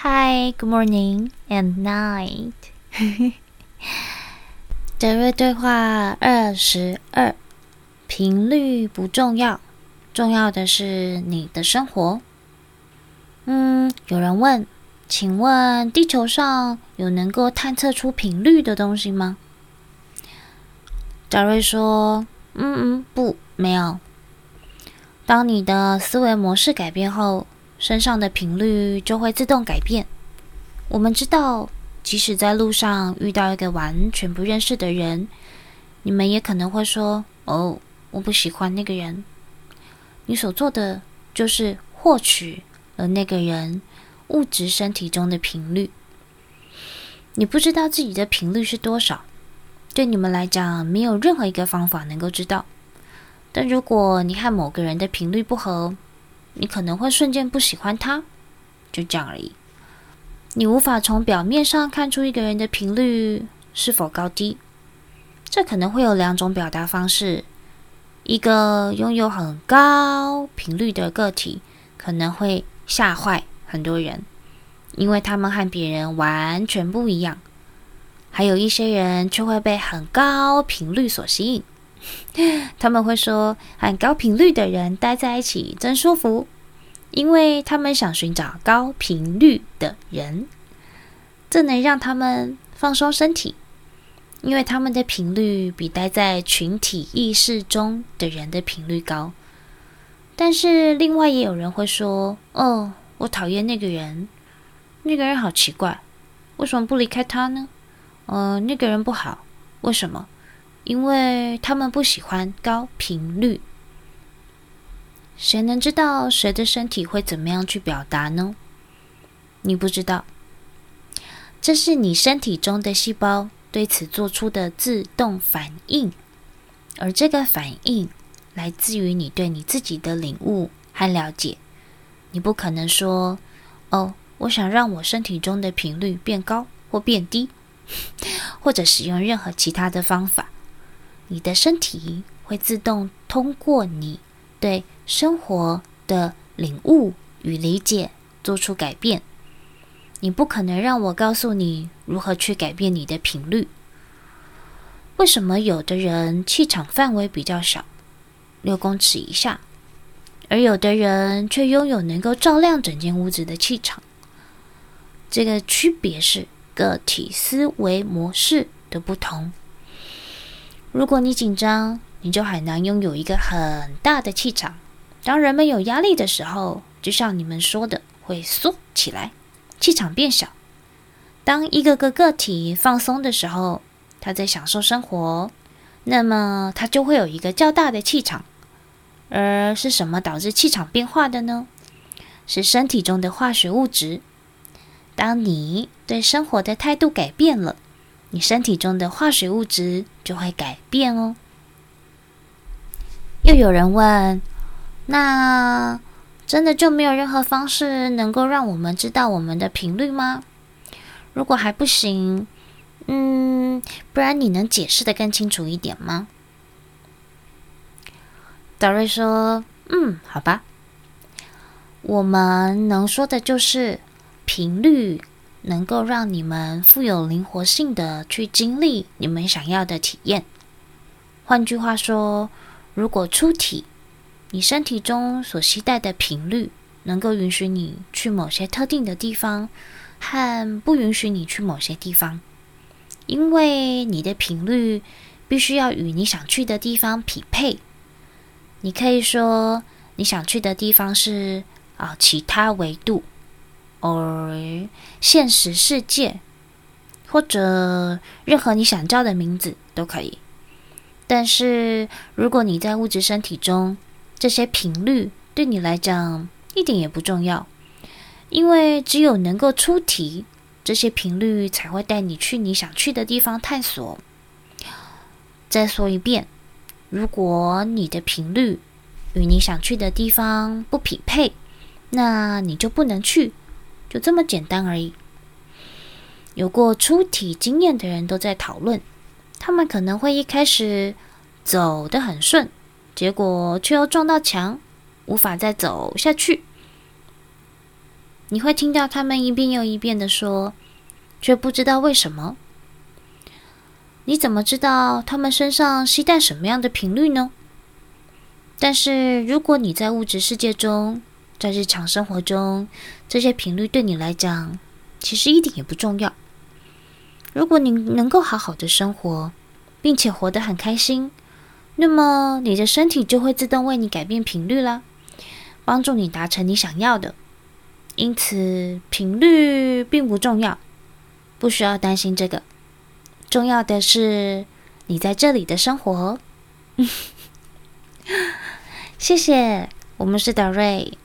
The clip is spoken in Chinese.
Hi, good morning and night 德瑞对话22，频率不重要，重要的是你的生活。有人问，请问地球上有能够探测出频率的东西吗？德瑞说，不，没有。当你的思维模式改变后，身上的频率就会自动改变。我们知道，即使在路上遇到一个完全不认识的人，你们也可能会说，我不喜欢那个人。你所做的就是获取了那个人物质身体中的频率。你不知道自己的频率是多少，对你们来讲，没有任何一个方法能够知道。但如果你和某个人的频率不合，你可能会瞬间不喜欢他，就这样而已。你无法从表面上看出一个人的频率是否高低，这可能会有两种表达方式。一个拥有很高频率的个体可能会吓坏很多人，因为他们和别人完全不一样。还有一些人却会被很高频率所吸引，他们会说和高频率的人待在一起真舒服，因为他们想寻找高频率的人，这能让他们放松身体，因为他们的频率比待在群体意识中的人的频率高。但是另外也有人会说，我讨厌那个人，那个人好奇怪，为什么不离开他呢？那个人不好，为什么？因为他们不喜欢高频率。谁能知道谁的身体会怎么样去表达呢？你不知道，这是你身体中的细胞对此做出的自动反应，而这个反应来自于你对你自己的领悟和了解。你不可能说，我想让我身体中的频率变高或变低，或者使用任何其他的方法。你的身体会自动通过你对生活的领悟与理解做出改变。你不可能让我告诉你如何去改变你的频率。为什么有的人气场范围比较小，6公尺以下，而有的人却拥有能够照亮整间屋子的气场？这个区别是个体思维模式的不同。如果你紧张，你就很难拥有一个很大的气场。当人们有压力的时候，就像你们说的，会缩起来，气场变小。当一个个个体放松的时候，他在享受生活，那么他就会有一个较大的气场。而是什么导致气场变化的呢？是身体中的化学物质。当你对生活的态度改变了，你身体中的化学物质就会改变哦。又有人问，那真的就没有任何方式能够让我们知道我们的频率吗？如果还不行，不然你能解释得更清楚一点吗？德瑞说，好吧。我们能说的就是频率能够让你们富有灵活性的去经历你们想要的体验。换句话说，如果出体，你身体中所携带的频率能够允许你去某些特定的地方，和不允许你去某些地方，因为你的频率必须要与你想去的地方匹配。你可以说你想去的地方是其他维度，而现实世界，或者任何你想叫的名字都可以。但是如果你在物质身体中，这些频率对你来讲一点也不重要，因为只有能够出体，这些频率才会带你去你想去的地方探索。再说一遍，如果你的频率与你想去的地方不匹配，那你就不能去，就这么简单而已。有过出体经验的人都在讨论，他们可能会一开始走得很顺，结果却又撞到墙，无法再走下去。 你会听到他们一遍又一遍的说，却不知道为什么。你怎么知道他们身上携带什么样的频率呢？但是如果你在物质世界中，在日常生活中，这些频率对你来讲，其实一点也不重要。如果你能够好好的生活，并且活得很开心，那么你的身体就会自动为你改变频率啦，帮助你达成你想要的。因此，频率并不重要，不需要担心这个。重要的是你在这里的生活。谢谢，我们是德瑞。